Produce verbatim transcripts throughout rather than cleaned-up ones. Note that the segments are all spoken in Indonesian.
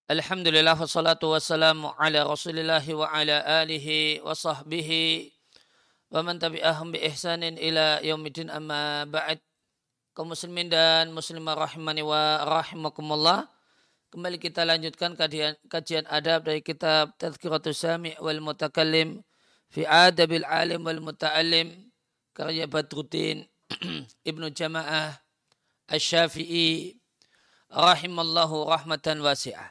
Alhamdulillah wassalatu wassalamu ala rasulillahi wa ala alihi wa sahbihi wa man tabi'ahum bi ihsanin ila yaumidin amma ba'd. Kaum muslimin dan muslimah rahimani wa rahimakumullah. Kembali kita lanjutkan kajian, kajian adab dari kitab Tadhkiratus Sami' wal Mutakallim fi Adabil Alim wal Muta'allim karya Badruddin Ibnu Jama'ah Asy-Syafi'i rahimallahu rahmatan wasi'ah.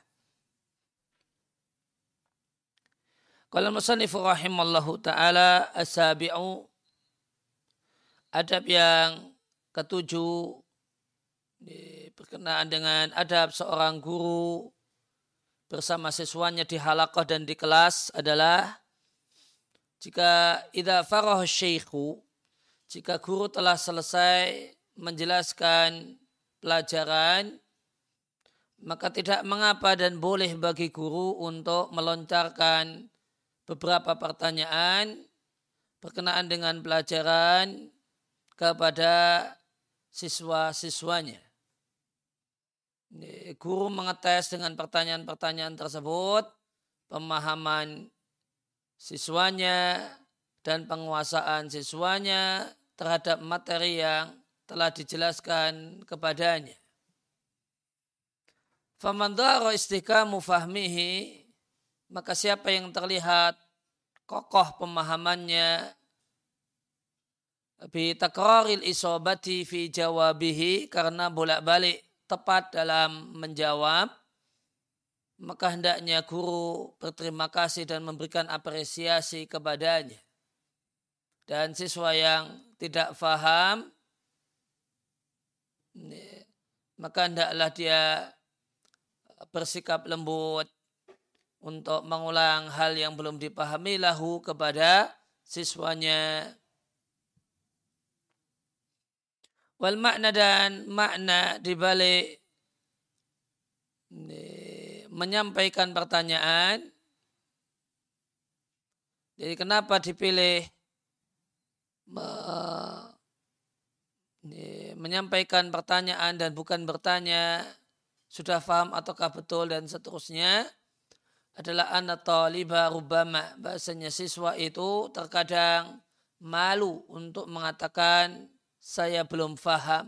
Qala al-musannifu rahimallahu ta'ala as-sabi'u, adab yang ketujuh berkenaan dengan adab seorang guru bersama siswanya di halaqah dan di kelas adalah jika idza faragha syaikhu, jika guru telah selesai menjelaskan pelajaran, maka tidak mengapa dan boleh bagi guru untuk melontarkan beberapa pertanyaan berkenaan dengan pelajaran kepada siswa-siswanya. Guru mengetes dengan pertanyaan-pertanyaan tersebut pemahaman siswanya dan penguasaan siswanya terhadap materi yang telah dijelaskan kepadanya. Faman dhara istihkamu fahmihi, maka siapa yang terlihat kokoh pemahamannya bi takraril isobati fi jawabihi, karena bolak-balik tepat dalam menjawab, maka hendaknya guru berterima kasih dan memberikan apresiasi kepadanya. Dan siswa yang tidak faham, maka hendaklah dia bersikap lembut untuk mengulang hal yang belum dipahami lahu kepada siswanya. Wal makna, dan makna dibalik menyampaikan pertanyaan. Jadi kenapa dipilih menyampaikan pertanyaan dan bukan bertanya sudah faham ataukah betul dan seterusnya, adalah anna taliba rubbama, bahasanya siswa itu terkadang malu untuk mengatakan saya belum faham.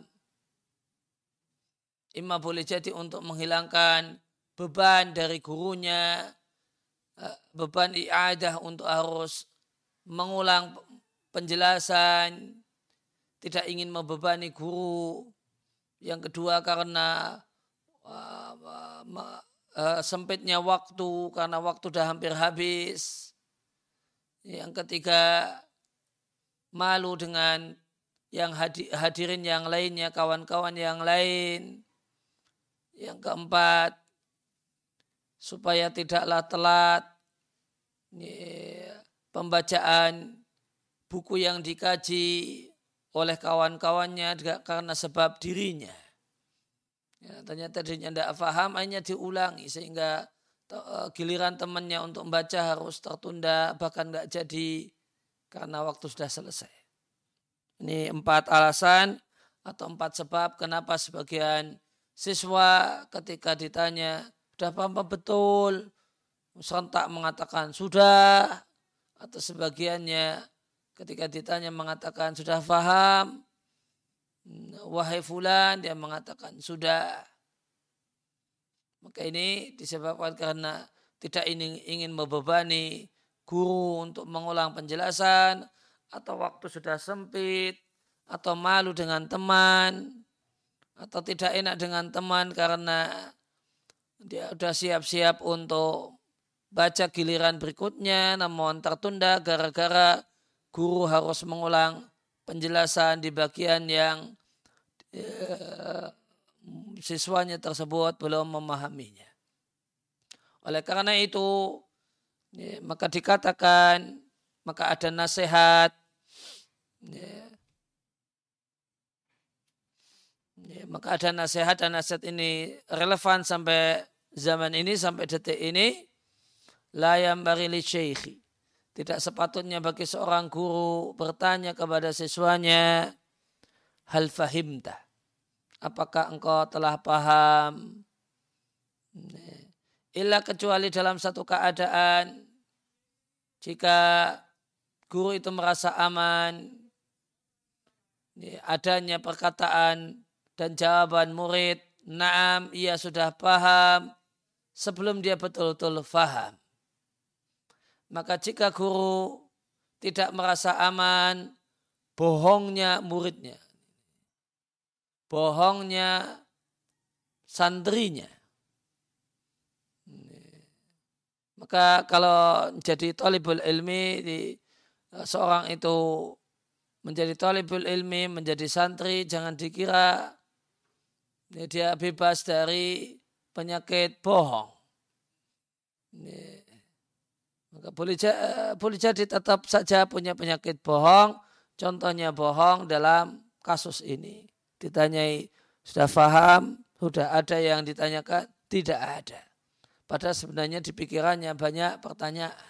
Imma boleh jadi untuk menghilangkan beban dari gurunya, beban i'adah untuk harus mengulang penjelasan, tidak ingin membebani guru. Yang kedua karena uh, uh, Uh, sempitnya waktu, karena waktu sudah hampir habis. Yang ketiga, malu dengan yang hadirin yang lainnya, kawan-kawan yang lain. Yang keempat, supaya tidaklah telat ya, pembacaan buku yang dikaji oleh kawan-kawannya karena sebab dirinya. Ya, ternyata dirinya tidak paham, akhirnya diulangi sehingga uh, giliran temannya untuk membaca harus tertunda, bahkan nggak jadi karena waktu sudah selesai. Ini empat alasan atau empat sebab kenapa sebagian siswa ketika ditanya sudah paham betul, serentak mengatakan sudah, atau sebagiannya ketika ditanya mengatakan sudah paham, wahai fulan, dia mengatakan sudah. Maka ini disebabkan karena tidak ingin, ingin membebani guru untuk mengulang penjelasan, atau waktu sudah sempit, atau malu dengan teman, atau tidak enak dengan teman karena dia sudah siap-siap untuk baca giliran berikutnya namun tertunda gara-gara guru harus mengulang penjelasan di bagian yang eh, siswanya tersebut belum memahaminya. Oleh karena itu, ya, maka dikatakan, maka ada nasihat, ya, ya, maka ada nasihat, dan nasihat ini relevan sampai zaman ini, sampai detik ini. La yambari li syaikhi, tidak sepatutnya bagi seorang guru bertanya kepada siswanya, hal fahimta, apakah engkau telah paham? illa kecuali dalam satu keadaan jika guru itu merasa aman adanya perkataan dan jawaban murid, naam, ia sudah paham sebelum dia betul-betul paham. Maka jika guru tidak merasa aman, bohongnya muridnya, bohongnya santrinya. Maka kalau jadi talibul ilmi, seorang itu menjadi talibul ilmi, menjadi santri, jangan dikira dia bebas dari penyakit bohong. Maka boleh, boleh jadi tetap saja punya penyakit bohong. Contohnya bohong dalam kasus ini. Ditanyai sudah paham, sudah ada yang ditanyakan, tidak ada. Padahal sebenarnya di pikirannya banyak pertanyaan.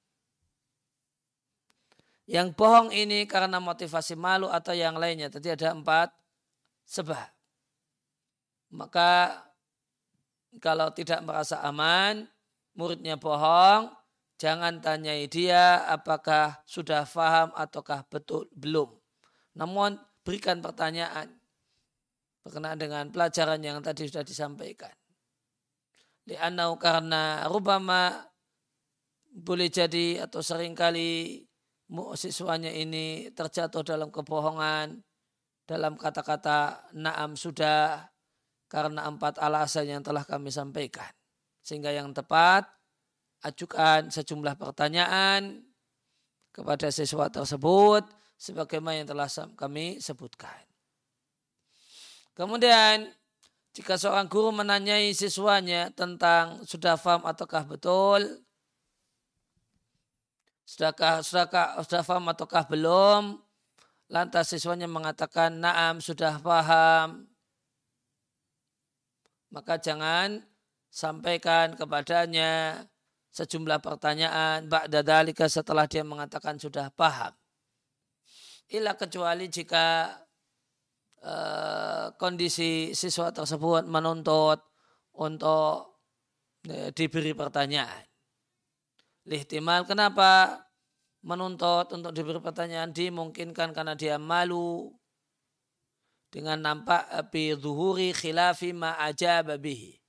Yang bohong ini karena motivasi malu atau yang lainnya. Tadi ada empat sebab. Maka kalau tidak merasa aman, muridnya bohong, jangan tanyai dia apakah sudah paham ataukah betul belum. Namun berikan pertanyaan berkenaan dengan pelajaran yang tadi sudah disampaikan. Li'annau karena rubama boleh jadi atau seringkali siswanya ini terjatuh dalam kebohongan dalam kata-kata na'am sudah karena empat alasan yang telah kami sampaikan. Sehingga yang tepat ajukan sejumlah pertanyaan kepada siswa tersebut sebagaimana yang telah kami sebutkan. Kemudian jika seorang guru menanyai siswanya tentang sudah paham ataukah betul, sudahkah, sudahkah, sudah paham ataukah belum, lantas siswanya mengatakan na'am sudah paham, maka jangan sampaikan kepadanya sejumlah pertanyaan ba'da dzalika setelah dia mengatakan sudah paham. Illa kecuali jika Uh, kondisi siswa tersebut menuntut untuk uh, diberi pertanyaan. Lihtimal kenapa menuntut untuk diberi pertanyaan dimungkinkan karena dia malu dengan nampak bi zuhuri khilafi ma ajaba bihi.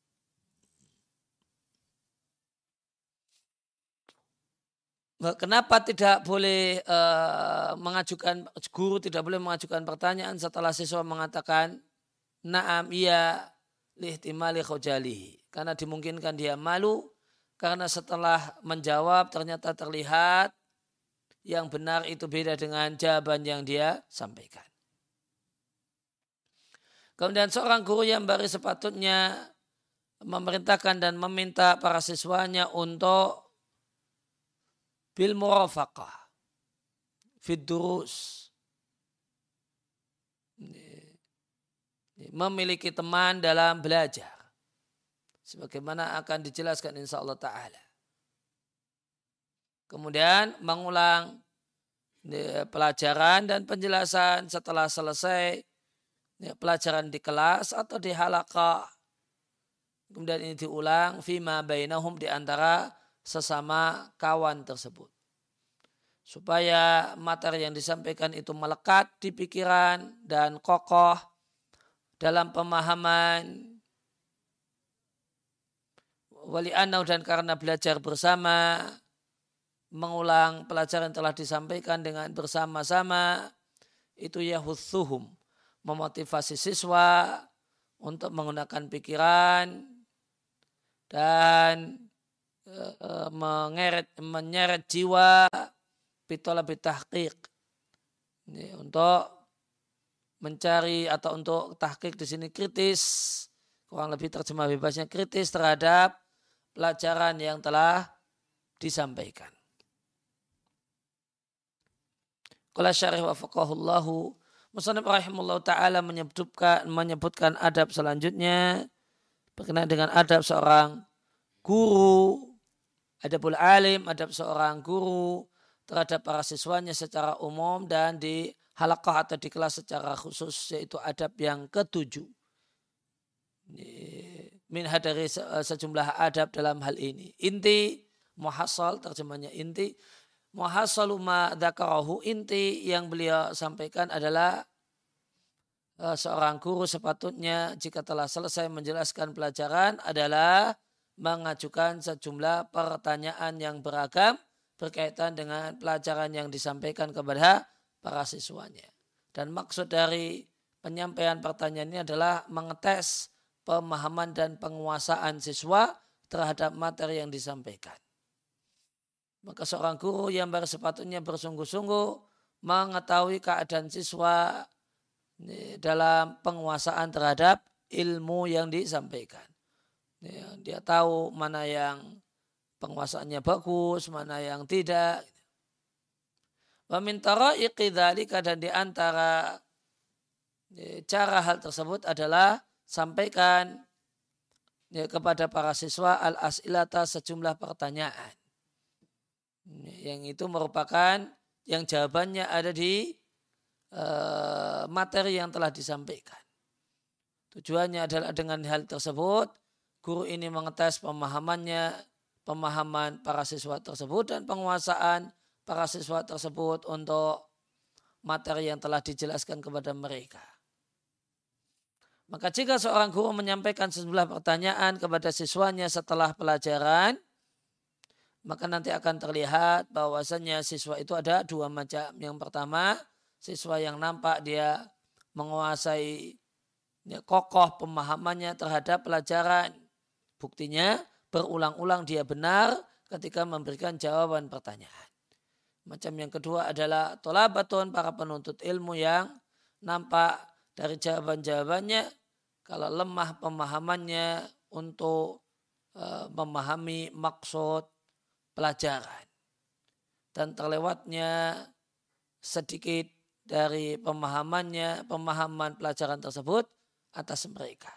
Kenapa tidak boleh uh, mengajukan, guru tidak boleh mengajukan pertanyaan setelah siswa mengatakan na'am iya lihtimali khujalihi. Karena dimungkinkan dia malu karena setelah menjawab ternyata terlihat yang benar itu beda dengan jawaban yang dia sampaikan. Kemudian seorang guru yang baru sepatutnya memerintahkan dan meminta para siswanya untuk bil murafaqah fid durus, memiliki teman dalam belajar sebagaimana akan dijelaskan insyaallah taala. Kemudian mengulang pelajaran dan penjelasan setelah selesai pelajaran di kelas atau di halaqah. Kemudian ini diulang fima bainahum, di antara sesama kawan tersebut. Supaya materi yang disampaikan itu melekat di pikiran dan kokoh dalam pemahaman. Wali'annau, dan karena belajar bersama, mengulang pelajaran telah disampaikan dengan bersama-sama, itu yahutsuhum, memotivasi siswa untuk menggunakan pikiran dan mengeret, menyeret jiwa bitolab tahqiq, untuk mencari atau untuk tahqiq di sini kritis, kurang lebih terjemah bebasnya kritis terhadap pelajaran yang telah disampaikan. Qala syarih wa faqahullahu, musannif rahimahullahu ta'ala menyebutkan, menyebutkan adab selanjutnya berkenaan dengan adab seorang guru, adabul alim, adab seorang guru terhadap para siswanya secara umum dan di halaqah atau di kelas secara khusus, yaitu adab yang ketujuh. minha dari sejumlah adab dalam hal ini. Inti muhassal, terjemahnya inti. Muhassalu ma dzakarahu, inti yang beliau sampaikan adalah seorang guru sepatutnya jika telah selesai menjelaskan pelajaran adalah mengajukan sejumlah pertanyaan yang beragam berkaitan dengan pelajaran yang disampaikan kepada para siswanya. Dan maksud dari penyampaian pertanyaan ini adalah mengetes pemahaman dan penguasaan siswa terhadap materi yang disampaikan. Maka seorang guru yang baru sepatutnya bersungguh-sungguh mengetahui keadaan siswa dalam penguasaan terhadap ilmu yang disampaikan. Dia tahu mana yang penguasaannya bagus, mana yang tidak. Wa min tara'iqi dzalika, dan di antara cara hal tersebut adalah sampaikan kepada para siswa al-as'ilata, sejumlah pertanyaan. Yang itu merupakan yang jawabannya ada di uh, materi yang telah disampaikan. Tujuannya adalah dengan hal tersebut guru ini mengetes pemahamannya, pemahaman para siswa tersebut dan penguasaan para siswa tersebut untuk materi yang telah dijelaskan kepada mereka. Maka jika seorang guru menyampaikan sejumlah pertanyaan kepada siswanya setelah pelajaran, maka nanti akan terlihat bahwasannya siswa itu ada dua macam. Yang pertama, siswa yang nampak dia menguasai, ya, kokoh pemahamannya terhadap pelajaran. Buktinya berulang-ulang dia benar ketika memberikan jawaban pertanyaan. Macam yang kedua adalah thalabatun, para penuntut ilmu yang nampak dari jawaban-jawabannya kalau lemah pemahamannya untuk uh, memahami maksud pelajaran dan terlewatnya sedikit dari pemahamannya, pemahaman pelajaran tersebut atas mereka.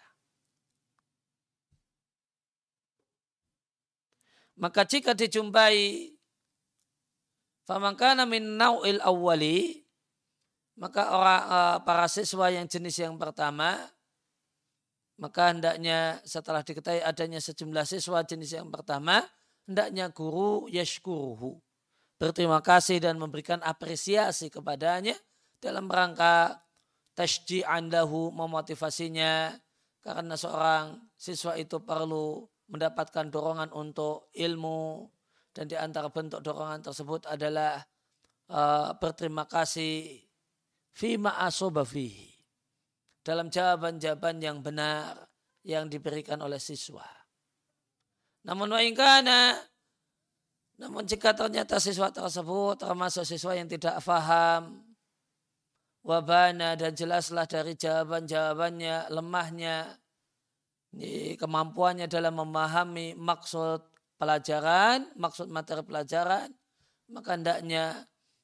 Maka jika dijumpai faman kana min nau'il awwali, maka orang para siswa yang jenis yang pertama, maka hendaknya setelah diketahui adanya sejumlah siswa jenis yang pertama, hendaknya guru yashkuruhu, berterima kasih dan memberikan apresiasi kepadanya dalam rangka tashji'an lahu, memotivasinya, karena seorang siswa itu perlu mendapatkan dorongan untuk ilmu, dan di antara bentuk dorongan tersebut adalah uh, berterima kasih fima asoba fihi, dalam jawaban-jawaban yang benar yang diberikan oleh siswa. Namun wa'ingkana, namun jika ternyata siswa tersebut termasuk siswa yang tidak faham, wabana, dan jelaslah dari jawaban-jawabannya lemahnya kemampuannya dalam memahami maksud pelajaran, maksud materi pelajaran, maka hendaknya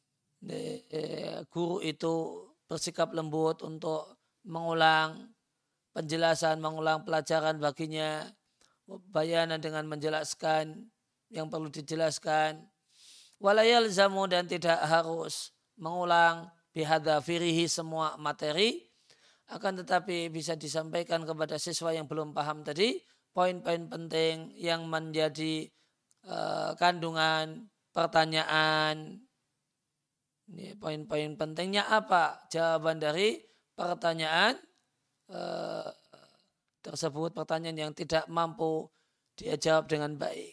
guru itu bersikap lembut untuk mengulang penjelasan, mengulang pelajaran baginya, bayanan dengan menjelaskan yang perlu dijelaskan, walayal zamu, dan tidak harus mengulang bihadzafirihi semua materi, akan tetapi bisa disampaikan kepada siswa yang belum paham tadi poin-poin penting yang menjadi uh, kandungan pertanyaan. Ini poin-poin pentingnya apa? Jawaban dari pertanyaan uh, tersebut, pertanyaan yang tidak mampu dia jawab dengan baik.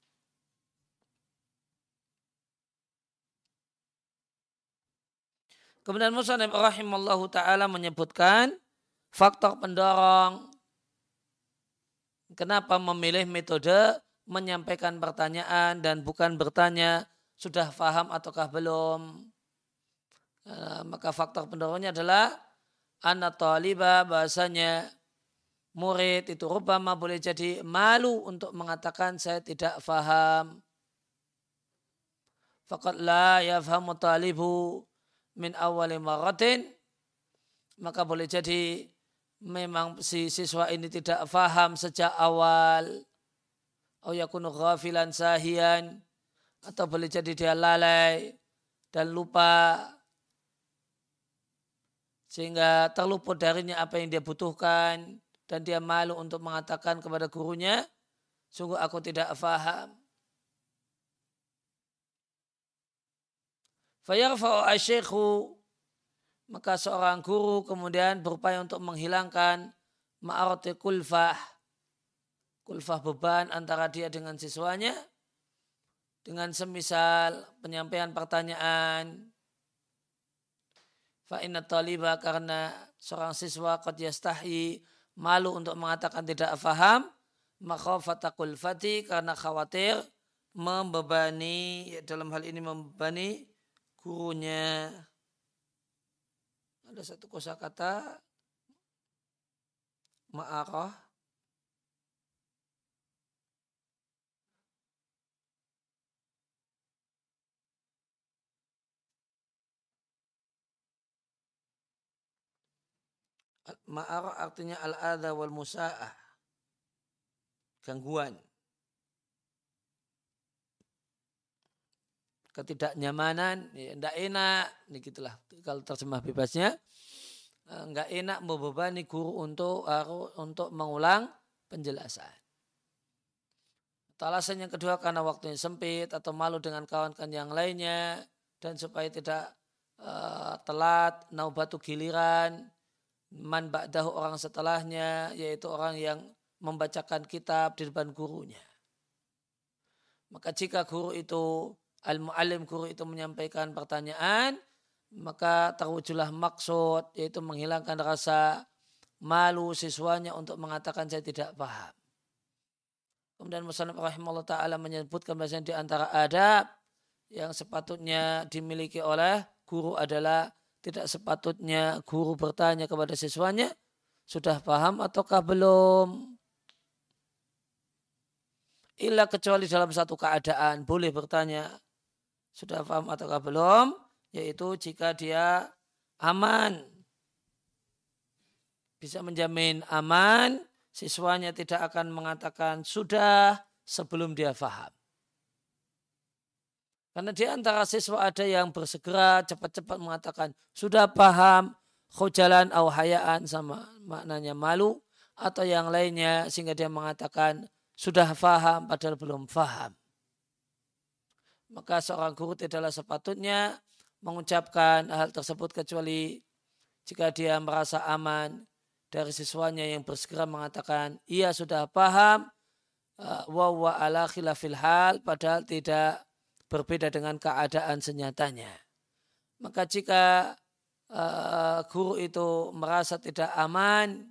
Kemudian Musannif rahimallahu ta'ala menyebutkan faktor pendorong kenapa memilih metode menyampaikan pertanyaan dan bukan bertanya sudah faham ataukah belum. Uh, maka faktor pendorongnya adalah anna taliba, bahasanya murid itu rubama boleh jadi malu untuk mengatakan saya tidak faham. Faqad la yafhamu talibu min awali maratin, maka boleh jadi memang si siswa ini tidak faham sejak awal, atau yakunu ghafilan sahian, atau boleh jadi dia lalai dan lupa sehingga terluput darinya apa yang dia butuhkan, dan dia malu untuk mengatakan kepada gurunya, sungguh aku tidak faham. Fayarfa'u asyikhu, maka seorang guru kemudian berupaya untuk menghilangkan ma'arati kulfah, kulfah beban antara dia dengan siswanya, dengan semisal penyampaian pertanyaan. Fa inna taliba, karena seorang siswa qad yastahi, malu untuk mengatakan tidak faham, makhafata kulfati, karena khawatir membebani, dalam hal ini membebani gurunya. Ada satu kosakata ma'arah, ma'arah artinya al-adha wal musa'ah, gangguan, ketidaknyamanan, ya, tidak enak, ini gitulah kalau terjemah bebasnya, enggak enak membebani guru untuk untuk mengulang penjelasan. Atau alasan yang kedua karena waktunya sempit atau malu dengan kawan-kawan yang lainnya, dan supaya tidak uh, telat naubatu giliran man ba'dahu, orang setelahnya, yaitu orang yang membacakan kitab di depan gurunya. Maka jika guru itu al-mu'allim, guru itu menyampaikan pertanyaan, maka terwujudlah maksud, yaitu menghilangkan rasa malu siswanya untuk mengatakan saya tidak paham. Kemudian Musannaf rahimahullah ta'ala menyebutkan bahasanya di antara adab yang sepatutnya dimiliki oleh guru adalah tidak sepatutnya guru bertanya kepada siswanya, sudah paham ataukah belum? Illa, kecuali dalam satu keadaan boleh bertanya sudah paham ataukah belum, yaitu jika dia aman, bisa menjamin aman, siswanya tidak akan mengatakan sudah sebelum dia faham. Karena di antara siswa ada yang bersegera cepat-cepat mengatakan sudah paham, khujalan au hayaan, sama maknanya malu, atau yang lainnya sehingga dia mengatakan sudah faham padahal belum faham. Maka seorang guru tidaklah sepatutnya mengucapkan hal tersebut kecuali jika dia merasa aman dari siswanya yang bersegera mengatakan ia sudah paham, wa wa ala khilafil hal, padahal tidak berbeda dengan keadaan senyatanya. Maka jika uh, guru itu merasa tidak aman,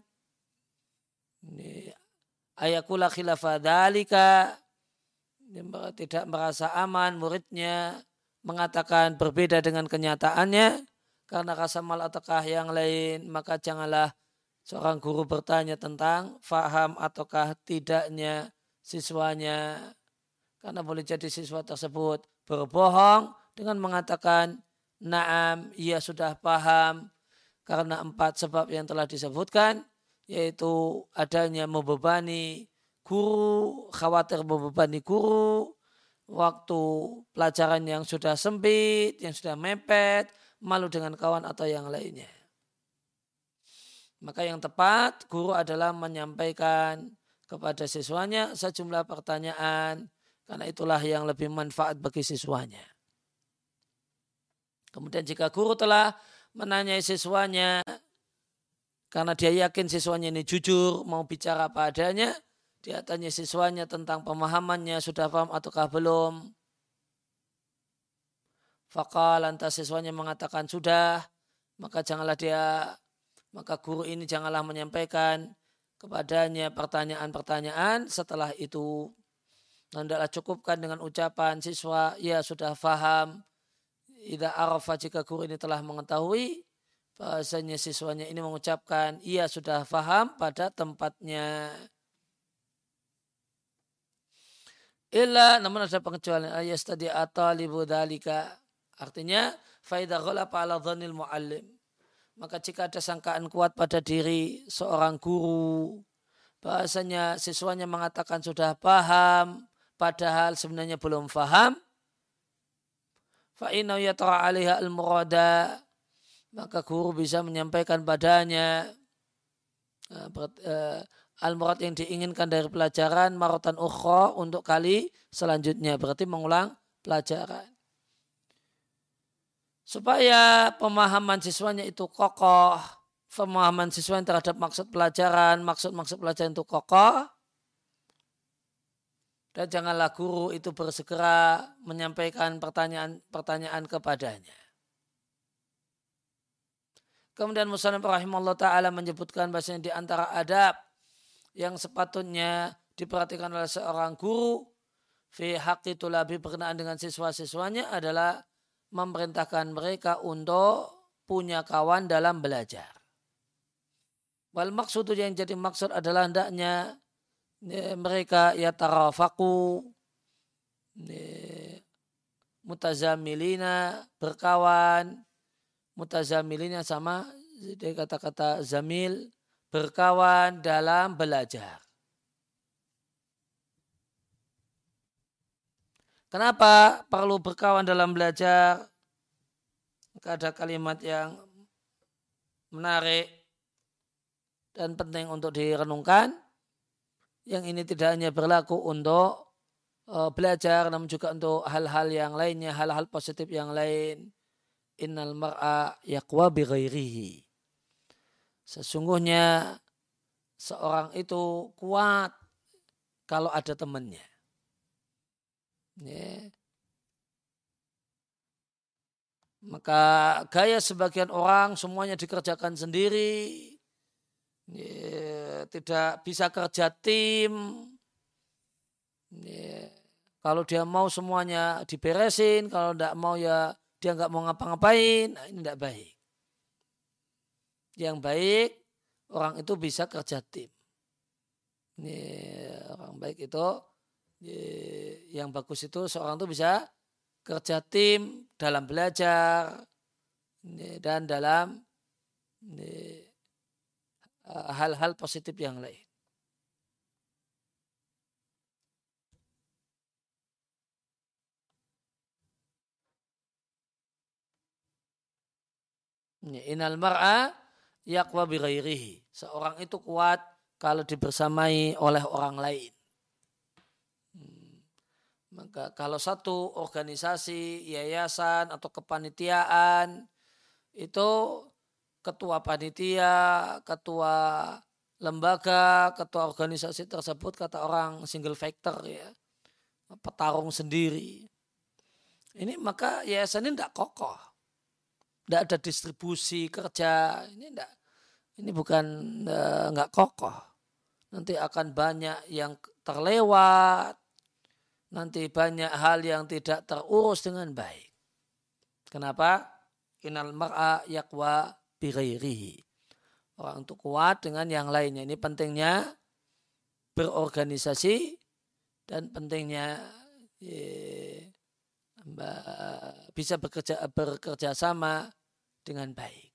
ayakula khilafa dzalika, tidak merasa aman muridnya mengatakan berbeda dengan kenyataannya karena rasa mal ataukah yang lain, maka janganlah seorang guru bertanya tentang faham ataukah tidaknya siswanya, karena boleh jadi siswa tersebut berbohong dengan mengatakan na'am, ia sudah paham, karena empat sebab yang telah disebutkan, yaitu adanya membebani guru, khawatir membebani guru, waktu pelajaran yang sudah sempit, yang sudah mepet, malu dengan kawan atau yang lainnya. Maka yang tepat guru adalah menyampaikan kepada siswanya sejumlah pertanyaan, karena itulah yang lebih manfaat bagi siswanya. Kemudian jika guru telah menanyai siswanya karena dia yakin siswanya ini jujur mau bicara apa adanya, dia tanya siswanya tentang pemahamannya sudah paham ataukah belum. Faqal, lantas siswanya mengatakan sudah, maka janganlah dia maka guru ini janganlah menyampaikan kepadanya pertanyaan-pertanyaan setelah itu. Hendaklah cukupkan dengan ucapan siswa, ya sudah faham. Idza arafa, jika guru ini telah mengetahui bahasanya siswanya ini mengucapkan ia sudah faham pada tempatnya. Illa, namun ada pengecualian, ayastadi atalibu dzalika, artinya fa idza ghalaba ala dhannil muallim, maka jika ada sangkaan kuat pada diri seorang guru bahasanya siswanya mengatakan sudah paham padahal sebenarnya belum paham, fa inna yatra 'alaiha al-murada, maka guru bisa menyampaikan padanya Uh, ber, uh, Al-murad yang diinginkan dari pelajaran maratan ukhra untuk kali selanjutnya, berarti mengulang pelajaran. Supaya pemahaman siswanya itu kokoh, pemahaman siswanya terhadap maksud pelajaran, maksud-maksud pelajaran itu kokoh, dan janganlah guru itu bersegera menyampaikan pertanyaan-pertanyaan kepadanya. Kemudian Musannif rahimahullah ta'ala menyebutkan bahasanya di antara adab yang sepatutnya diperhatikan oleh seorang guru fi haqqi tulabi berkenaan dengan siswa-siswanya adalah memerintahkan mereka untuk punya kawan dalam belajar. Wal maksud yang jadi maksud adalah hendaknya mereka yatarafaku mutazamilina berkawan, mutazamilina sama dari kata-kata zamil, berkawan dalam belajar. Kenapa perlu berkawan dalam belajar? Maka ada kalimat yang menarik dan penting untuk direnungkan. Yang ini tidak hanya berlaku untuk uh, belajar, namun juga untuk hal-hal yang lainnya, hal-hal positif yang lain. Innal mar'a yaqwa bi ghairihi. Sesungguhnya seorang itu kuat kalau ada temannya. Ya. Maka gaya sebagian orang semuanya dikerjakan sendiri. Ya. Tidak bisa kerja tim. Ya. Kalau dia mau semuanya diberesin, kalau tidak mau ya dia nggak mau ngapa-ngapain, nah ini tidak baik. Yang baik orang itu bisa kerja tim. Ini orang baik itu yang bagus itu seorang itu bisa kerja tim dalam belajar dan dalam hal-hal positif yang lain. Innal mar'a yaqwa bi ghairihi. Seorang itu kuat kalau dibersamai oleh orang lain. Hmm. Maka kalau satu organisasi, yayasan atau kepanitiaan itu ketua panitia, ketua lembaga, ketua organisasi tersebut kata orang single factor ya, petarung sendiri. Ini maka yayasan ini tidak kokoh. Tidak ada distribusi kerja, ini tidak, ini bukan nggak kokoh. Nanti akan banyak yang terlewat, nanti banyak hal yang tidak terurus dengan baik. Kenapa? Innal mar'a yaqwa bi ghairihi. Orang itu kuat dengan yang lainnya. Ini pentingnya berorganisasi dan pentingnya ye, bisa bekerja bekerja sama dengan baik.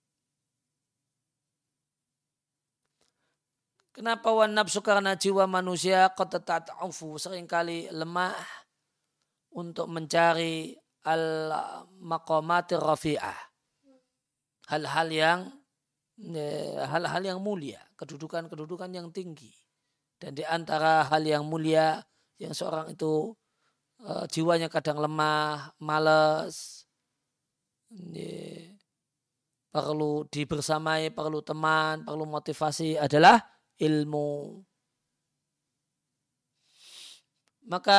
Kenapa wan nafsu karena jiwa manusia qad tata'afu seringkali lemah untuk mencari al maqamatir rafi'ah. Hal-hal yang hal-hal yang mulia, kedudukan-kedudukan yang tinggi. Dan di antara hal yang mulia yang seorang itu uh, jiwanya kadang lemah, malas, ini, perlu dibersamai, perlu teman, perlu motivasi adalah ilmu. Maka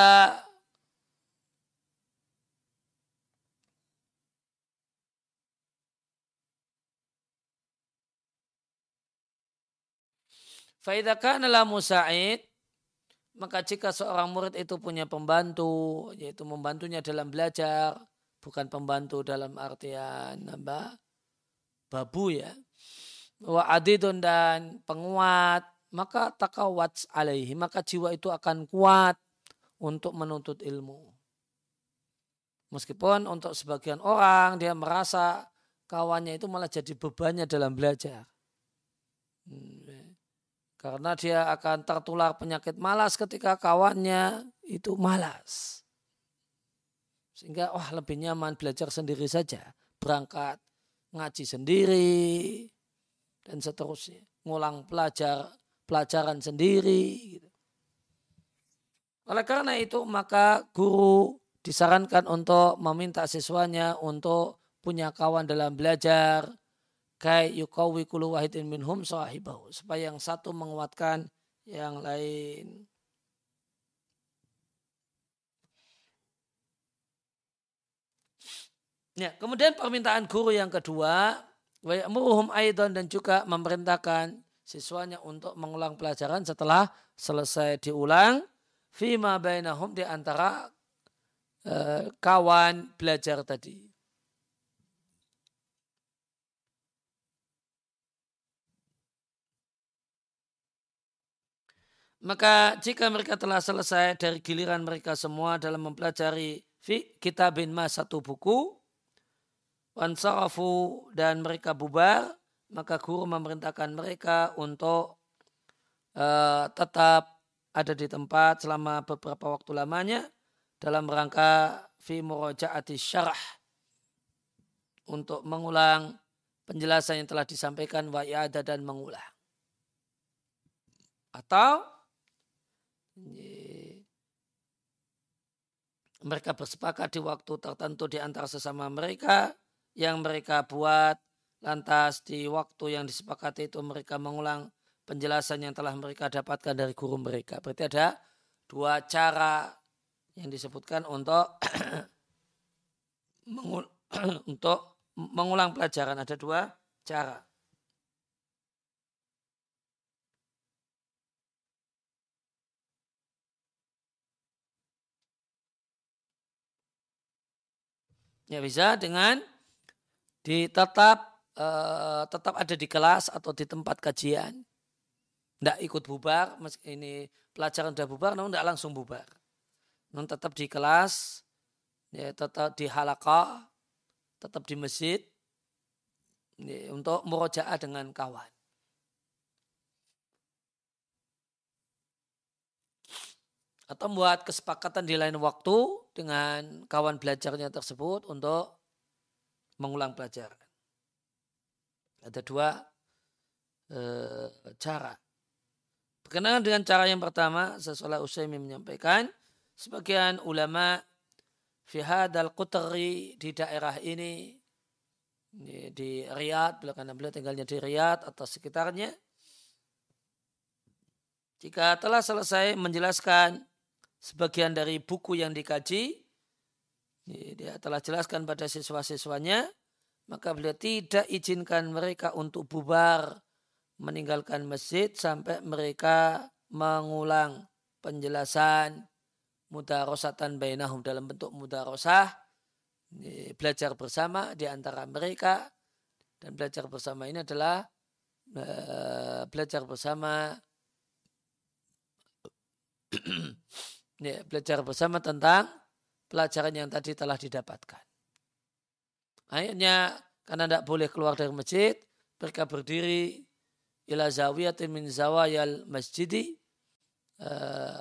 faidha kana la musa'id, maka jika seorang murid itu punya pembantu, yaitu membantunya dalam belajar, bukan pembantu dalam artian apa, babu ya, wa adidun dan penguat, maka takawat alaihi, maka jiwa itu akan kuat untuk menuntut ilmu. Meskipun untuk sebagian orang dia merasa kawannya itu malah jadi bebannya dalam belajar. Hmm. Karena dia akan tertular penyakit malas ketika kawannya itu malas. Sehingga wah lebih nyaman belajar sendiri saja. Berangkat ngaji sendiri dan seterusnya. ngulang pelajar pelajaran sendiri. Gitu. Oleh karena itu maka guru disarankan untuk meminta siswanya untuk punya kawan dalam belajar. Kai yukawi kulu wahidin minhum sahibahu. Supaya yang satu menguatkan yang lain. Ya, kemudian permintaan guru yang kedua, wa ya'muruhum aidan dan juga memerintahkan siswanya untuk mengulang pelajaran setelah selesai diulang fima bainahum di antara eh, kawan belajar tadi. Maka jika mereka telah selesai dari giliran mereka semua dalam mempelajari fi kitabin ma satu buku, wansarafu dan mereka bubar, maka guru memerintahkan mereka untuk uh, tetap ada di tempat selama beberapa waktu lamanya dalam rangka fi murajaati syarah untuk mengulang penjelasan yang telah disampaikan wa i'adah dan mengulang. Atau mereka bersepakat di waktu tertentu di antara sesama mereka yang mereka buat, lantas di waktu yang disepakati itu mereka mengulang penjelasan yang telah mereka dapatkan dari guru mereka. Berarti ada dua cara yang disebutkan untuk mengul untuk mengulang pelajaran. Ada dua cara. Ya bisa dengan di tetap uh, tetap ada di kelas atau di tempat kajian. Tidak ikut bubar, meski ini pelajaran sudah bubar, namun tidak langsung bubar. Namun tetap di kelas, ya, tetap di halaqah, tetap di masjid, ya, untuk murojaah dengan kawan. Atau membuat kesepakatan di lain waktu dengan kawan belajarnya tersebut untuk mengulang pelajaran. Ada dua e, cara. Berkenaan dengan cara yang pertama, Syekh Utsaimin menyampaikan, sebagian ulama fi hadzal qutri di daerah ini, di, di Riyadh, karena beliau tinggalnya di Riyadh atau sekitarnya, jika telah selesai menjelaskan sebagian dari buku yang dikaji, dia telah jelaskan pada siswa-siswanya, maka beliau tidak izinkan mereka untuk bubar meninggalkan masjid sampai mereka mengulang penjelasan mudarosatan bainahum dalam bentuk mudarosah, belajar bersama di antara mereka, dan belajar bersama ini adalah belajar bersama ya, belajar bersama tentang pelajaran yang tadi telah didapatkan. Akhirnya karena tidak boleh keluar dari masjid, mereka berdiri ila zawiyatin min zawayal masjidi, uh,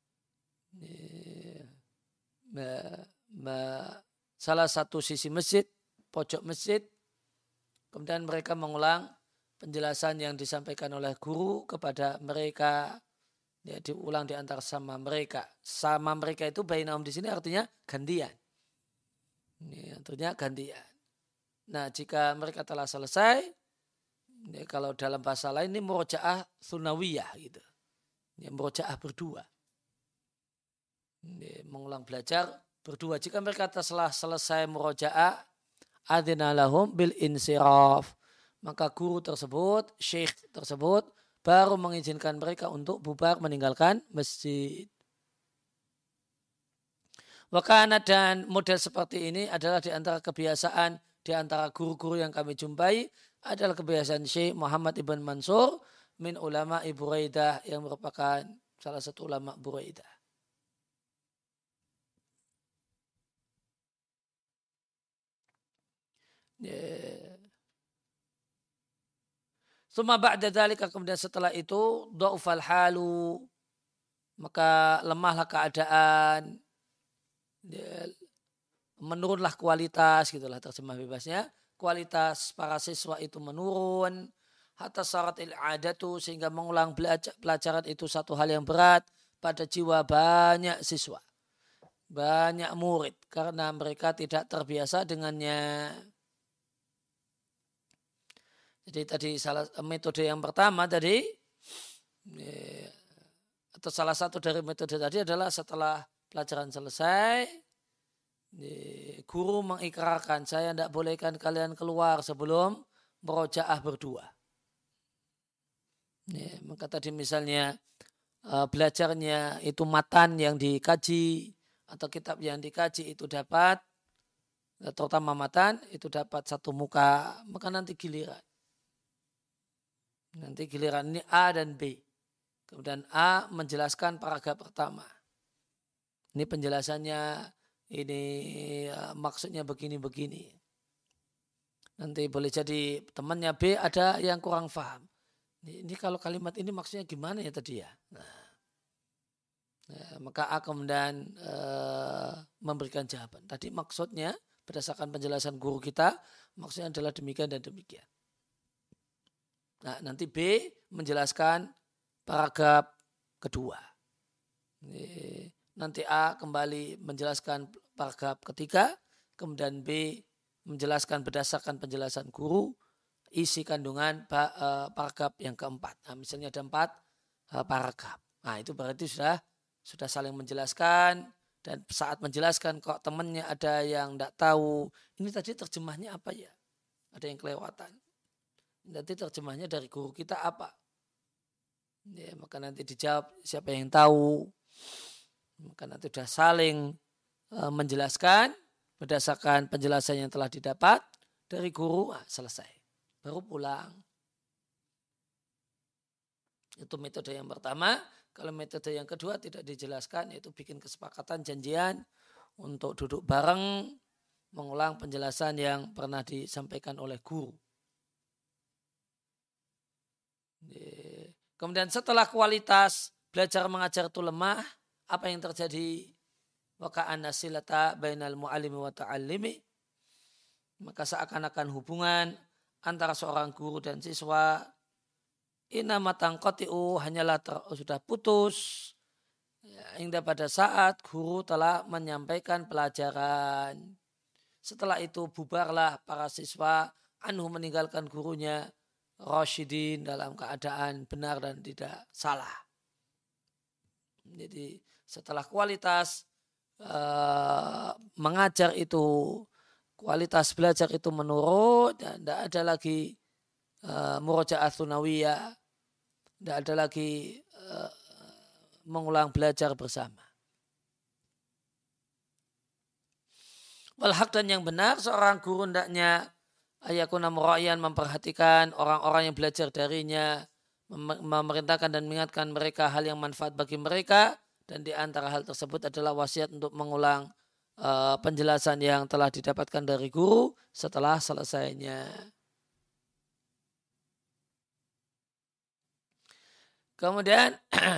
me, me, salah satu sisi masjid, pojok masjid, kemudian mereka mengulang penjelasan yang disampaikan oleh guru kepada mereka. Ya, diulang di antara sama mereka. Sama mereka itu bainahum di sini artinya gantian. Ini artinya gantian. Nah, jika mereka telah selesai, ini kalau dalam bahasa lain ini murojaah sunawiyah gitu. Ini murojaah berdua. Ini mengulang belajar berdua. Jika mereka telah selesai murojaah, adzina lahum bil insiraf. Maka guru tersebut, syekh tersebut baru mengizinkan mereka untuk bubar meninggalkan masjid. Wakana dan model seperti ini adalah di antara kebiasaan, di antara guru-guru yang kami jumpai, adalah kebiasaan Syekh Muhammad ibn Mansur min ulama Buraidah yang merupakan salah satu ulama Buraidah. Yeah. Suma ba'da dzalika, kemudian setelah itu dha'ufal halu, maka lemahlah keadaan, ya, menurunlah kualitas, gitulah terjemah bebasnya, kualitas para siswa itu menurun, hatta syaratil adatu sehingga mengulang belajar, pelajaran itu satu hal yang berat pada jiwa banyak siswa, banyak murid karena mereka tidak terbiasa dengannya. Jadi tadi salah metode yang pertama tadi atau salah satu dari metode tadi adalah setelah pelajaran selesai, guru mengikrarkan saya tidak bolehkan kalian keluar sebelum merojaah berdua. Ya, maka tadi misalnya uh, belajarnya itu matan yang dikaji atau kitab yang dikaji itu dapat, terutama matan itu dapat satu muka, maka nanti giliran. Nanti giliran ini A dan B. Kemudian A menjelaskan paragraf pertama. Ini penjelasannya, ini uh, maksudnya begini-begini. Nanti boleh jadi temannya B ada yang kurang paham. Ini, ini kalau kalimat ini maksudnya gimana ya tadi ya? Nah, ya, maka A kemudian e, memberikan jawaban. Tadi maksudnya berdasarkan penjelasan guru kita, maksudnya adalah demikian dan demikian. Nah, nanti B menjelaskan paragraf kedua. Ini, nanti A kembali menjelaskan paragraf ketiga, kemudian B menjelaskan berdasarkan penjelasan guru isi kandungan paragraf yang keempat. Nah, misalnya ada empat paragraf. Nah, itu berarti sudah sudah saling menjelaskan, dan saat menjelaskan kok temannya ada yang tidak tahu, ini tadi terjemahnya apa ya? Ada yang kelewatan. Nanti terjemahnya dari guru kita apa? Ya, maka nanti dijawab siapa yang tahu. Maka nanti sudah saling uh, menjelaskan berdasarkan penjelasan yang telah didapat dari guru, nah, selesai. Baru pulang. Itu metode yang pertama. Kalau metode yang kedua tidak dijelaskan, yaitu bikin kesepakatan janjian untuk duduk bareng mengulang penjelasan yang pernah disampaikan oleh guru. Kemudian setelah kualitas belajar mengajar itu lemah, apa yang terjadi? Waka'an nasilata bainal mu'allimi wa ta'allimi. Maka seakan-akan hubungan antara seorang guru dan siswa inama tangqati'u hanyalah ter, sudah putus ya, hingga pada saat guru telah menyampaikan pelajaran. Setelah itu bubarlah para siswa anhu meninggalkan gurunya rasyidin dalam keadaan benar dan tidak salah. Jadi setelah kualitas uh, mengajar itu, kualitas belajar itu menurun dan tidak ada lagi uh, murojaah tsunawiyah, tidak ada lagi uh, mengulang belajar bersama. Walhaq dan yang benar, seorang guru hendaknya ayakuna mura'yan memperhatikan orang-orang yang belajar darinya, memerintahkan dan mengingatkan mereka hal yang manfaat bagi mereka, dan di antara hal tersebut adalah wasiat untuk mengulang uh, penjelasan yang telah didapatkan dari guru setelah selesainya. Kemudian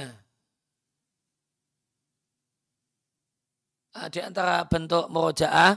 di antara bentuk murojaah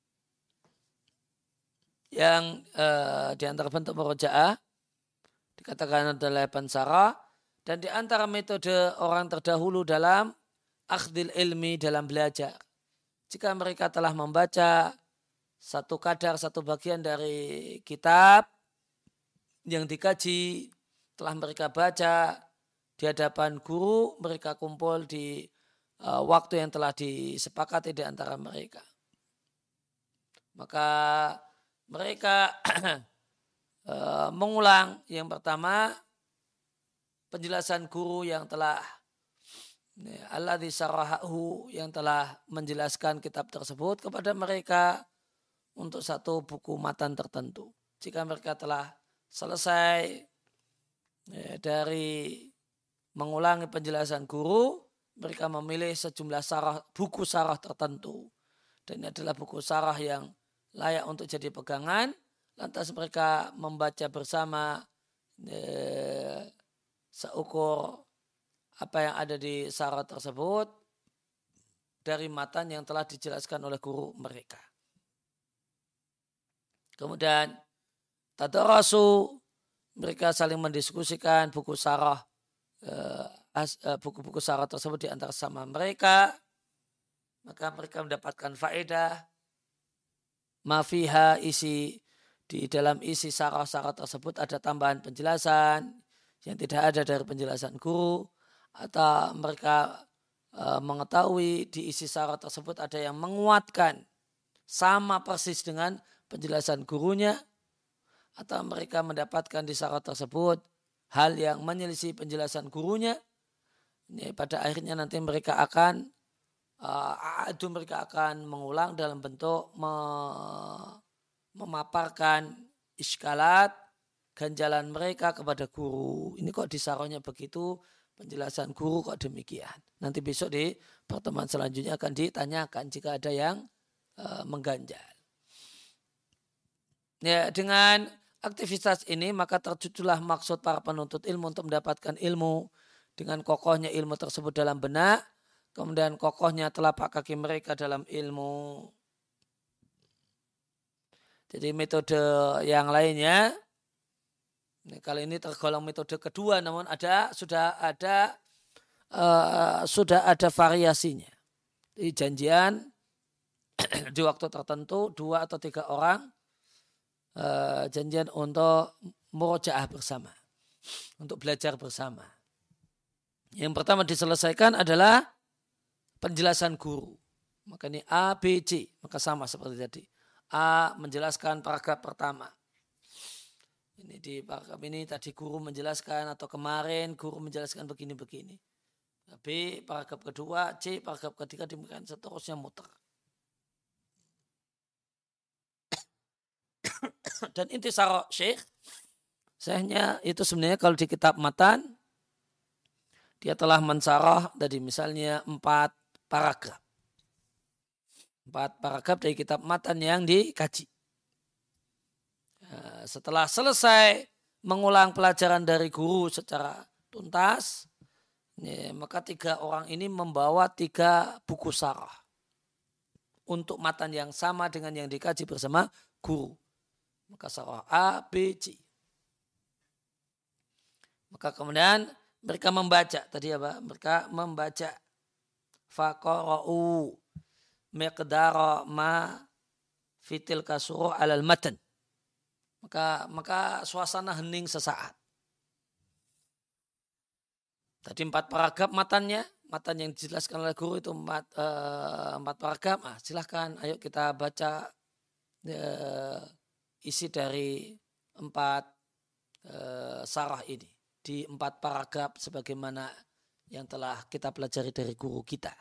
yang uh, di antara bentuk murojaah dikatakan adalah pansara, dan di antara metode orang terdahulu dalam akhdil ilmi, dalam belajar, jika mereka telah membaca satu kadar, satu bagian dari kitab yang dikaji, telah mereka baca di hadapan guru, mereka kumpul di uh, waktu yang telah disepakati di antara mereka. Maka mereka uh, mengulang yang pertama penjelasan guru yang telah alladzi syarahahu, yang telah menjelaskan kitab tersebut kepada mereka untuk satu buku matan tertentu. Jika mereka telah selesai ya, dari mengulangi penjelasan guru, mereka memilih sejumlah syarah, buku syarah tertentu, dan ini adalah buku syarah yang layak untuk jadi pegangan. Lantas mereka membaca bersama eh, seukur apa yang ada di syarah tersebut dari matan yang telah dijelaskan oleh guru mereka. Kemudian tadarasu, mereka saling mendiskusikan buku syarah buku-buku syarah tersebut di antara sama mereka, maka mereka mendapatkan faedah mafiha isi di dalam isi syarah-syarah tersebut ada tambahan penjelasan yang tidak ada dari penjelasan guru, atau mereka e, mengetahui di isi syarah tersebut ada yang menguatkan sama persis dengan penjelasan gurunya, atau mereka mendapatkan di syarah tersebut hal yang menyelisih penjelasan gurunya. Ini pada akhirnya nanti mereka akan uh, itu mereka akan mengulang dalam bentuk me, memaparkan iskalat ganjalan mereka kepada guru. Ini kok di syarahnya begitu, penjelasan guru kok demikian. Nanti besok di pertemuan selanjutnya akan ditanyakan jika ada yang uh, mengganjal. Ya, dengan aktivitas ini maka terwujudlah maksud para penuntut ilmu untuk mendapatkan ilmu dengan kokohnya ilmu tersebut dalam benak, kemudian kokohnya telapak kaki mereka dalam ilmu. Jadi metode yang lainnya, ini kali ini tergolong metode kedua, namun ada sudah ada uh, sudah ada variasinya. Jadi janjian di waktu tertentu dua atau tiga orang uh, janjian untuk murojaah bersama, untuk belajar bersama. Yang pertama diselesaikan adalah penjelasan guru. Maka ini A, B, C. Maka sama seperti tadi. A menjelaskan paragraf pertama. Ini di paragraf ini tadi guru menjelaskan, atau kemarin guru menjelaskan begini-begini. B, paragraf kedua, C, paragraf ketiga, demikian seterusnya muter. Dan intisar syekh, syekhnya itu sebenarnya kalau di kitab matan, dia telah mensarah dari misalnya empat paragraf. Empat paragraf dari kitab matan yang dikaji. Setelah selesai mengulang pelajaran dari guru secara tuntas, ya, maka tiga orang ini membawa tiga buku syarah untuk matan yang sama dengan yang dikaji bersama guru. Maka syarah A, B, C. Maka kemudian mereka membaca tadi apa? Mereka membaca faqara'u miqdara ma fitil kasuru alal matan. Maka maka suasana hening sesaat. Tadi empat paragraf matannya, matan yang dijelaskan oleh guru itu empat, uh, empat paragraf. Ah, silahkan, ayo kita baca uh, isi dari empat uh, syarah ini di empat paragraf sebagaimana yang telah kita pelajari dari guru kita.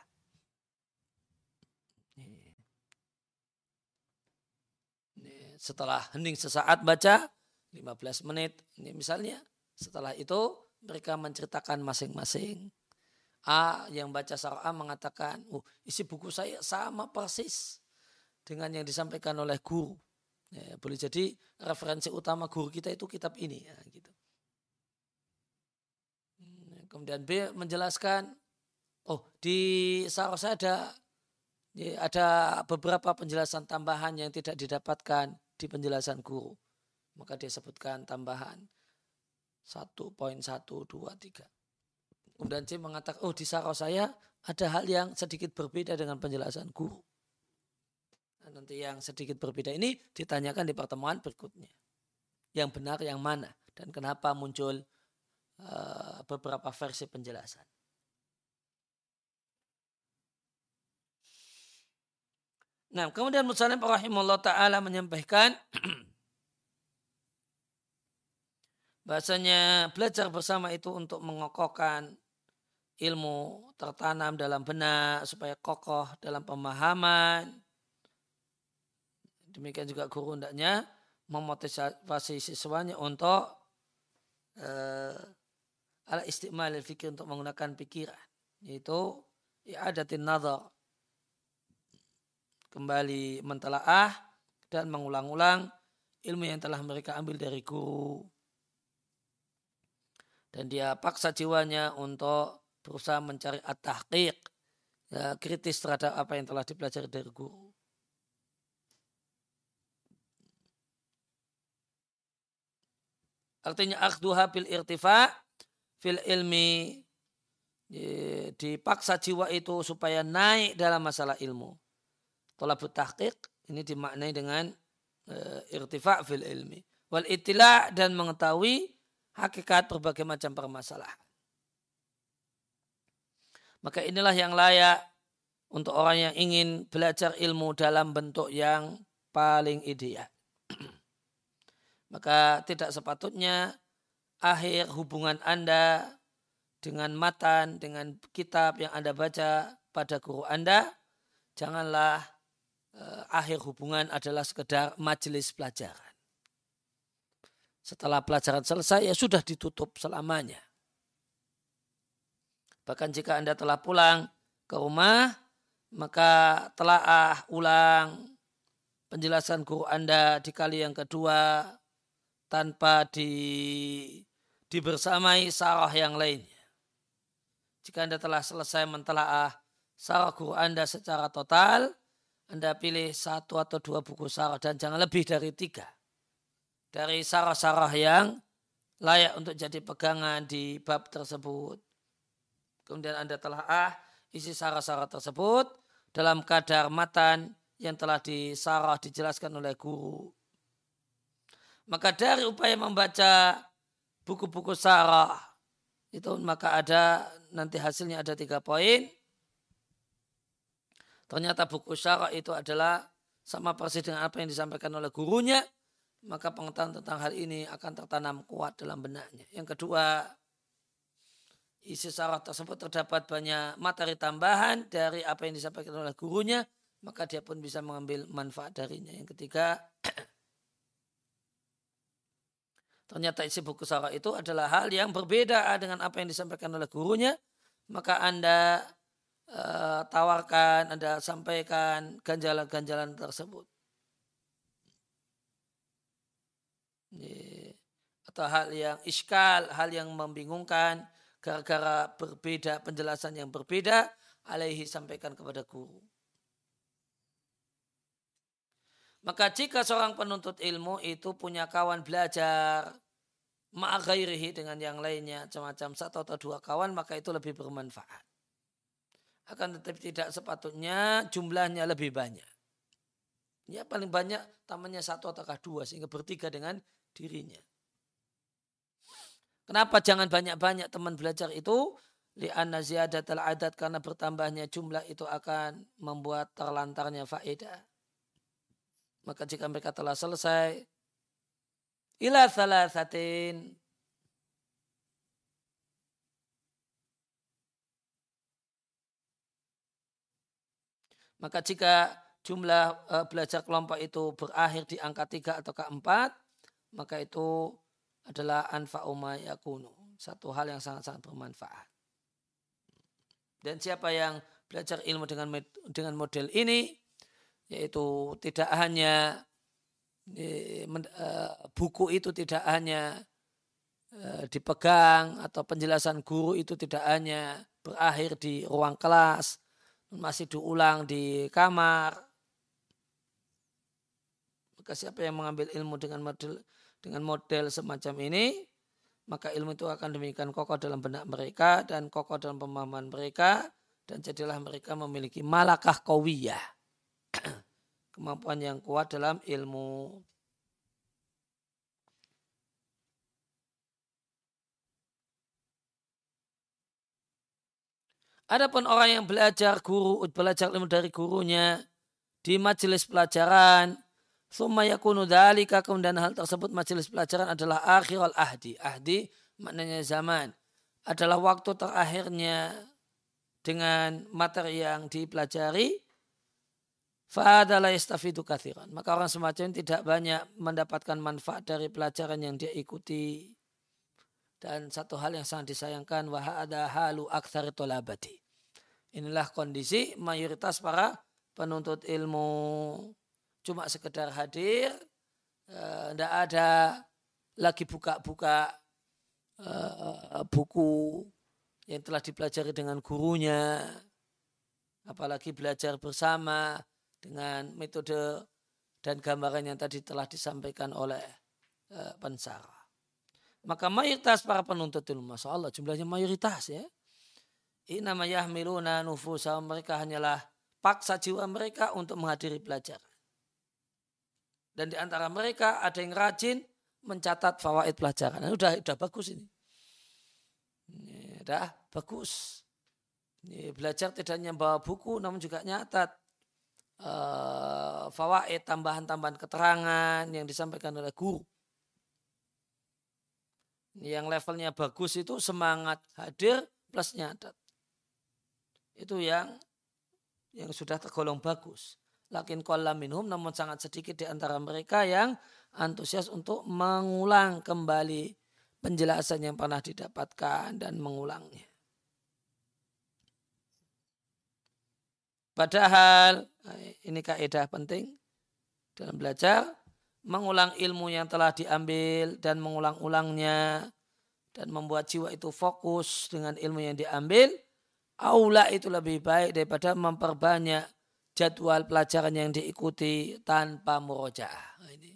Setelah hening sesaat baca lima belas menit, ini misalnya, setelah itu mereka menceritakan masing-masing. A yang baca syarah A mengatakan, oh, isi buku saya sama persis dengan yang disampaikan oleh guru. Ya, boleh jadi referensi utama guru kita itu kitab ini. Ya, gitu. Kemudian B menjelaskan, oh di syarah saya ada, ya, ada beberapa penjelasan tambahan yang tidak didapatkan di penjelasan guru. Maka dia sebutkan tambahan satu poin satu, dua, tiga. Kemudian C mengatakan, oh di syarah saya ada hal yang sedikit berbeda dengan penjelasan guru. Nah, nanti yang sedikit berbeda ini ditanyakan di pertemuan berikutnya. Yang benar yang mana dan kenapa muncul uh, beberapa versi penjelasan. Nah, kemudian Musannif rahimahullah ta'ala menyampaikan bahasanya belajar bersama itu untuk mengokohkan ilmu tertanam dalam benak supaya kokoh dalam pemahaman. Demikian juga guru hendaknya memotivasi siswanya untuk uh, ala istimal fikir, untuk menggunakan pikiran, yaitu i'adatin nazar, kembali mentelaah dan mengulang-ulang ilmu yang telah mereka ambil dari guru. Dan dia paksa jiwanya untuk berusaha mencari at-tahqiq, ya, kritis terhadap apa yang telah dipelajari dari guru. Artinya akhduha bil irtifa fil ilmi, dipaksa jiwa itu supaya naik dalam masalah ilmu. Thalabut tahqiq ini dimaknai dengan uh, irtifa fil ilmi. Wal itila' dan mengetahui hakikat berbagai macam permasalahan. Maka inilah yang layak untuk orang yang ingin belajar ilmu dalam bentuk yang paling ideal. Maka tidak sepatutnya akhir hubungan Anda dengan matan, dengan kitab yang Anda baca pada guru Anda, janganlah eh, akhir hubungan adalah sekedar majelis pelajaran. Setelah pelajaran selesai, ya sudah ditutup selamanya. Bahkan jika Anda telah pulang ke rumah, maka telaah ulang penjelasan guru Anda di kali yang kedua tanpa di, dibersamai sarah yang lainnya. Jika Anda telah selesai mentelaah sarah guru Anda secara total, Anda pilih satu atau dua buku sarah dan jangan lebih dari tiga. Dari sarah-sarah yang layak untuk jadi pegangan di bab tersebut. Kemudian Anda telaah isi sarah-sarah tersebut dalam kadar matan yang telah disarah dijelaskan oleh guru. Maka dari upaya membaca buku-buku sarah itu maka ada nanti hasilnya ada tiga poin. Ternyata buku sarah itu adalah sama persis dengan apa yang disampaikan oleh gurunya, maka pengetahuan tentang hal ini akan tertanam kuat dalam benaknya. Yang kedua, isi sarah tersebut terdapat banyak materi tambahan dari apa yang disampaikan oleh gurunya, maka dia pun bisa mengambil manfaat darinya. Yang ketiga, ternyata isi buku sarah itu adalah hal yang berbeda dengan apa yang disampaikan oleh gurunya, maka Anda uh, tawarkan, Anda sampaikan ganjalan-ganjalan tersebut. Atau hal yang iskal, hal yang membingungkan, gara-gara berbeda penjelasan yang berbeda, alaihi sampaikan kepada guru. Maka jika seorang penuntut ilmu itu punya kawan belajar ma'aghairihi dengan yang lainnya, macam-macam satu atau dua kawan, maka itu lebih bermanfaat. Akan tetapi tidak sepatutnya jumlahnya lebih banyak. Ya paling banyak tamannya satu atau dua sehingga bertiga dengan dirinya. Kenapa jangan banyak-banyak teman belajar itu? Li'anna ziyadatal adat, karena bertambahnya jumlah itu akan membuat terlantarnya faedah. Maka jika mereka telah selesai, ila thalathatin, maka jika jumlah uh, belajar kelompok itu berakhir di angka tiga atau keempat, maka itu adalah anfa'u ma yakunu, satu hal yang sangat-sangat bermanfaat. Dan siapa yang belajar ilmu dengan dengan model ini, yaitu tidak hanya buku itu tidak hanya dipegang atau penjelasan guru itu tidak hanya berakhir di ruang kelas, masih diulang di kamar. Maka siapa yang mengambil ilmu dengan model dengan model semacam ini, maka ilmu itu akan demikian kokoh dalam benak mereka dan kokoh dalam pemahaman mereka, dan jadilah mereka memiliki malakah qawiyah, kemampuan yang kuat dalam ilmu. Adapun orang yang belajar guru, belajar ilmu dari gurunya di majelis pelajaran, summa yakunu dzalika, kemudian hal tersebut majelis pelajaran adalah akhirul ahdi. Ahdi maknanya zaman. Adalah waktu terakhirnya dengan materi yang dipelajari. Fahadha la yastafidu katsiran. Maka orang semacam ini tidak banyak mendapatkan manfaat dari pelajaran yang dia ikuti. Dan satu hal yang sangat disayangkan, wa hadha halu aktsari thalabati. Inilah kondisi mayoritas para penuntut ilmu. Cuma sekedar hadir, tidak uh, ada lagi buka-buka uh, buku yang telah dipelajari dengan gurunya, apalagi belajar bersama dengan metode dan gambaran yang tadi telah disampaikan oleh uh, pensara. Maka mayoritas para penuntut ilmu, Masya Allah jumlahnya mayoritas ya. Inama yahmiluna nufusahum, mereka hanyalah paksa jiwa mereka untuk menghadiri pelajaran. Dan di antara mereka ada yang rajin mencatat fawaid pelajaran. Nah, udah, udah bagus ini. Ini udah bagus. Ini belajar tidak hanya bawa buku, namun juga nyatat uh, fawaid, tambahan-tambahan keterangan yang disampaikan oleh guru. Yang levelnya bagus itu semangat hadir plus nyatat. Itu yang yang sudah tergolong bagus. Lakin qalla minhum, namun sangat sedikit di antara mereka yang antusias untuk mengulang kembali penjelasan yang pernah didapatkan dan mengulangnya. Padahal ini kaidah penting dalam belajar, mengulang ilmu yang telah diambil dan mengulang-ulangnya dan membuat jiwa itu fokus dengan ilmu yang diambil, aula itu lebih baik daripada memperbanyak jadwal pelajaran yang diikuti tanpa murojaah. Ini.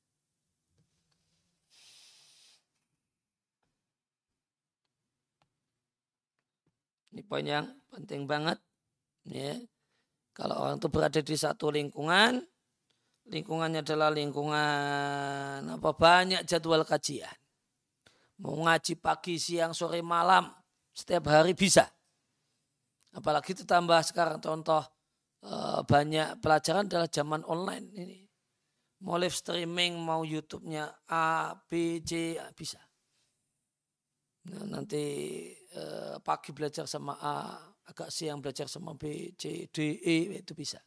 Ini poin yang penting banget. Ya. Kalau orang itu berada di satu lingkungan, lingkungannya adalah lingkungan apa banyak jadwal kajian. Mau ngaji pagi, siang, sore, malam, setiap hari bisa. Apalagi ditambah sekarang contoh banyak pelajaran adalah zaman online ini. Mau live streaming, mau YouTube-nya A, B, C, bisa. Nah, nanti eh, pagi belajar sama A, agak siang belajar sama B, C, D, E, itu bisa.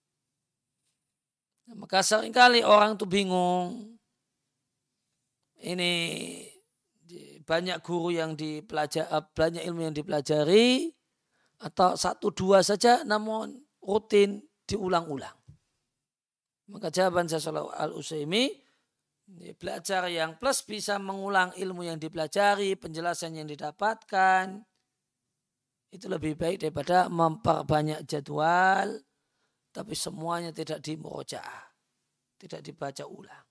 Nah, maka seringkali orang tuh bingung. Ini banyak guru yang dipelajari, banyak ilmu yang dipelajari, atau satu dua saja namun rutin diulang-ulang. Maka jawaban saya Shalih Al-Utsaimin, belajar yang plus bisa mengulang ilmu yang dipelajari, penjelasan yang didapatkan, itu lebih baik daripada memperbanyak jadwal, tapi semuanya tidak dimurojaah, tidak dibaca ulang.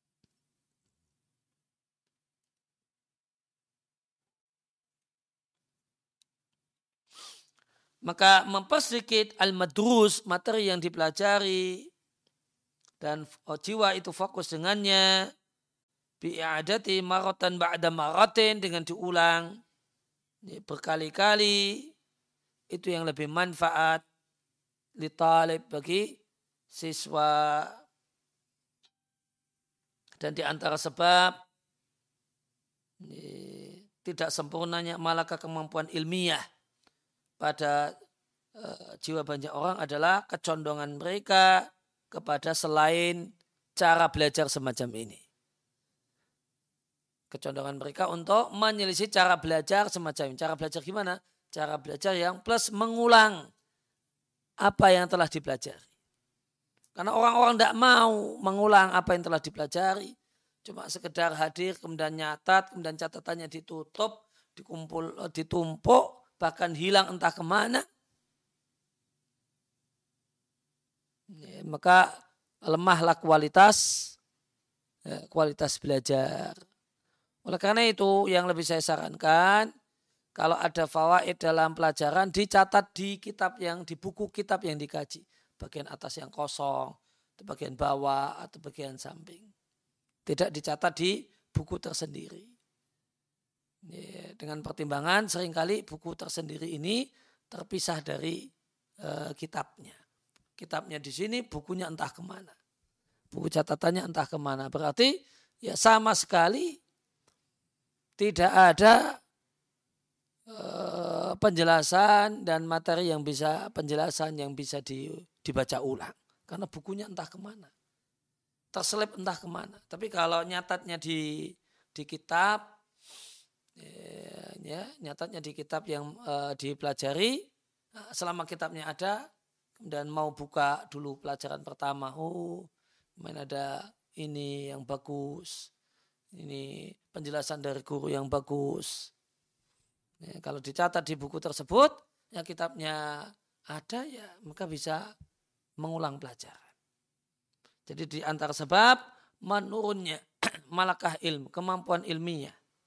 Maka mempersedikit al-madrus, materi yang dipelajari, dan jiwa itu fokus dengannya, bi'adati maratan ba'da maratin, dengan diulang berkali-kali, itu yang lebih manfaat li talib, bagi siswa. Dan di antara sebab tidak sempurnanya malakah kemampuan ilmiah pada uh, jiwa banyak orang adalah kecondongan mereka kepada selain cara belajar semacam ini. Kecondongan mereka untuk menyelisih cara belajar semacam ini. Cara belajar gimana? Cara belajar yang plus mengulang apa yang telah dipelajari. Karena orang-orang tidak mau mengulang apa yang telah dipelajari. Cuma sekedar hadir, kemudian nyatat, kemudian catatannya ditutup, dikumpul, ditumpuk, bahkan hilang entah kemana. Ya, maka lemahlah kualitas ya, kualitas belajar. Oleh karena itu yang lebih saya sarankan, kalau ada fawaid dalam pelajaran dicatat di kitab yang di buku kitab yang dikaji, bagian atas yang kosong, atau bagian bawah atau bagian samping. Tidak dicatat di buku tersendiri. Ya, dengan pertimbangan seringkali buku tersendiri ini terpisah dari uh, kitabnya. Kitabnya di sini, bukunya entah kemana. Buku catatannya entah kemana. Berarti ya sama sekali tidak ada uh, penjelasan dan materi yang bisa penjelasan yang bisa di, dibaca ulang. Karena bukunya entah kemana. Terselip entah kemana. Tapi kalau nyatatnya di di kitab, ya, nyatatnya di kitab yang uh, dipelajari, selama kitabnya ada, dan mau buka dulu pelajaran pertama, oh, main ada ini yang bagus, ini penjelasan dari guru yang bagus. Ya, kalau dicatat di buku tersebut, ya kitabnya ada, ya maka bisa mengulang pelajaran. Jadi di antara sebab menurunnya malakah ilmu, kemampuan ilmiah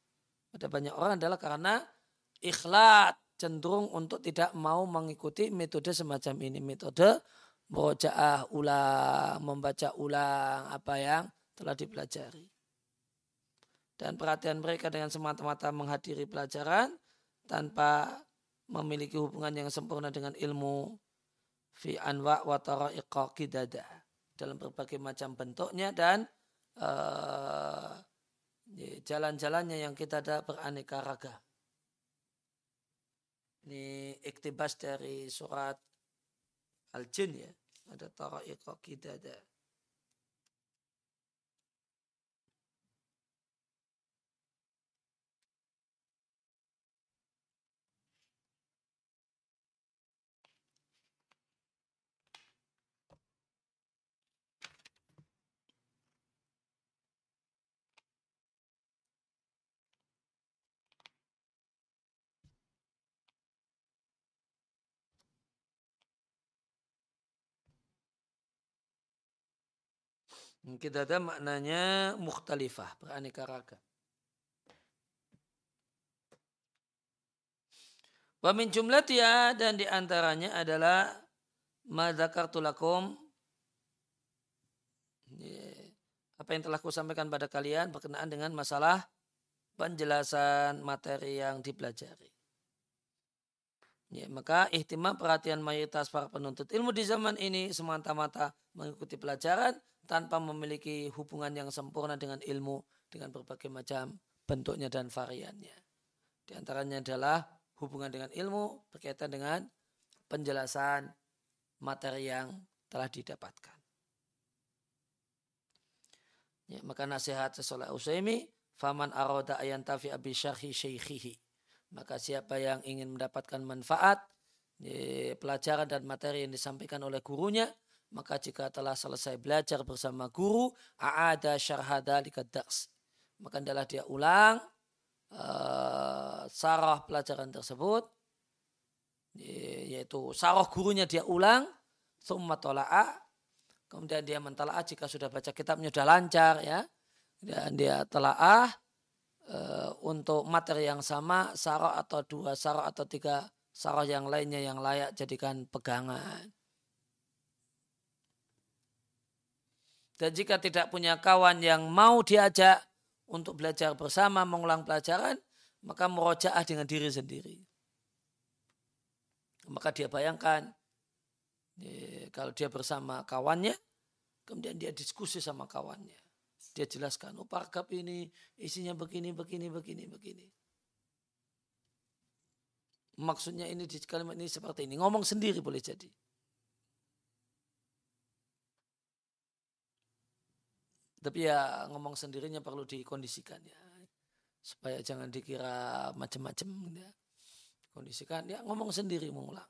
pada banyak orang adalah karena ikhlat, cenderung untuk tidak mau mengikuti metode semacam ini. Metode murojaah ulang, membaca ulang apa yang telah dipelajari. Dan perhatian mereka dengan semata-mata menghadiri pelajaran tanpa memiliki hubungan yang sempurna dengan ilmu fi anwa wa tara'iqa qidada dalam berbagai macam bentuknya dan uh, jalan-jalannya yang kita ada beraneka ragam. Ini iktibas dari surat Al-Jin ya. Ada tara'iqa qidada. Kita ada maknanya mukhtalifah, beraneka ragam. Wa min jumlatiha dan diantaranya adalah ma dzakartu lakum, apa yang telah kusampaikan pada kalian berkenaan dengan masalah penjelasan materi yang dipelajari. Ya, maka ihtimam perhatian mayoritas para penuntut ilmu di zaman ini semata-mata mengikuti pelajaran tanpa memiliki hubungan yang sempurna dengan ilmu dengan berbagai macam bentuknya dan variannya. Di antaranya adalah hubungan dengan ilmu berkaitan dengan penjelasan materi yang telah didapatkan. Ya, maka nasihat Syekh Utsaimin, faman arada ayantafi bi syarhi syaikhihi. Maka siapa yang ingin mendapatkan manfaat ya, pelajaran dan materi yang disampaikan oleh gurunya, maka jika telah selesai belajar bersama guru, a'ada syarhada likad-dars. Maka adalah dia ulang uh, sarah pelajaran tersebut, yaitu sarah gurunya dia ulang, summa tola'a, kemudian dia mentalaah jika sudah baca kitabnya sudah lancar ya, dan dia telaah uh, untuk materi yang sama, sarah atau dua sarah atau tiga sarah yang lainnya yang layak jadikan pegangan. Dan jika tidak punya kawan yang mau diajak untuk belajar bersama mengulang pelajaran, maka murojaah dengan diri sendiri. Maka dia bayangkan ya, kalau dia bersama kawannya, kemudian dia diskusi sama kawannya. Dia jelaskan, oh paragraf ini isinya begini, begini, begini, begini. Maksudnya ini di kalimat ini seperti ini. Ngomong sendiri boleh jadi. Tapi ya ngomong sendirinya perlu dikondisikan ya. Supaya jangan dikira macam-macam ya. Kondisikan ya ngomong sendiri mengulang.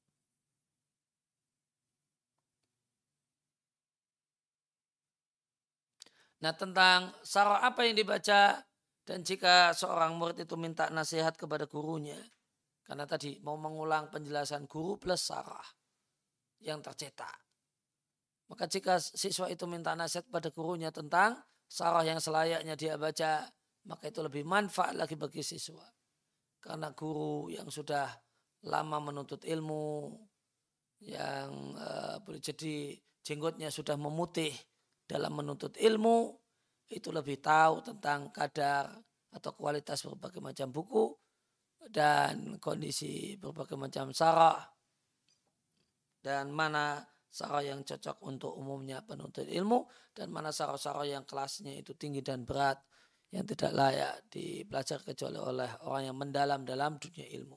Nah tentang sarah apa yang dibaca dan jika seorang murid itu minta nasihat kepada gurunya. Karena tadi mau mengulang penjelasan guru plus sarah yang tercetak. Maka jika siswa itu minta nasihat pada gurunya tentang sarah yang selayaknya dia baca, maka itu lebih manfaat lagi bagi siswa. Karena guru yang sudah lama menuntut ilmu, yang uh, boleh jadi jenggotnya sudah memutih dalam menuntut ilmu, itu lebih tahu tentang kadar atau kualitas berbagai macam buku dan kondisi berbagai macam sarah dan mana sarah yang cocok untuk umumnya penuntut ilmu dan mana sarah-sarah yang kelasnya itu tinggi dan berat yang tidak layak dipelajari kecuali oleh orang yang mendalam dalam dunia ilmu.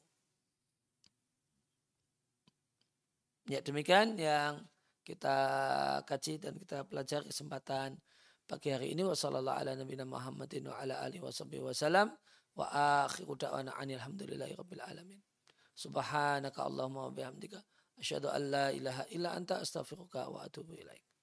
Ya demikian yang kita kaji dan kita pelajari kesempatan pagi hari ini. Wassallallahu ala nabiyina Muhammadin wa ala alihi wasallam wa akhiru da'wana alhamdulillahi rabbil alamin. Subhanaka Allahumma wa bihamdika asyhadu an la ilaha illa anta astaghfiruka wa atubu ilaik.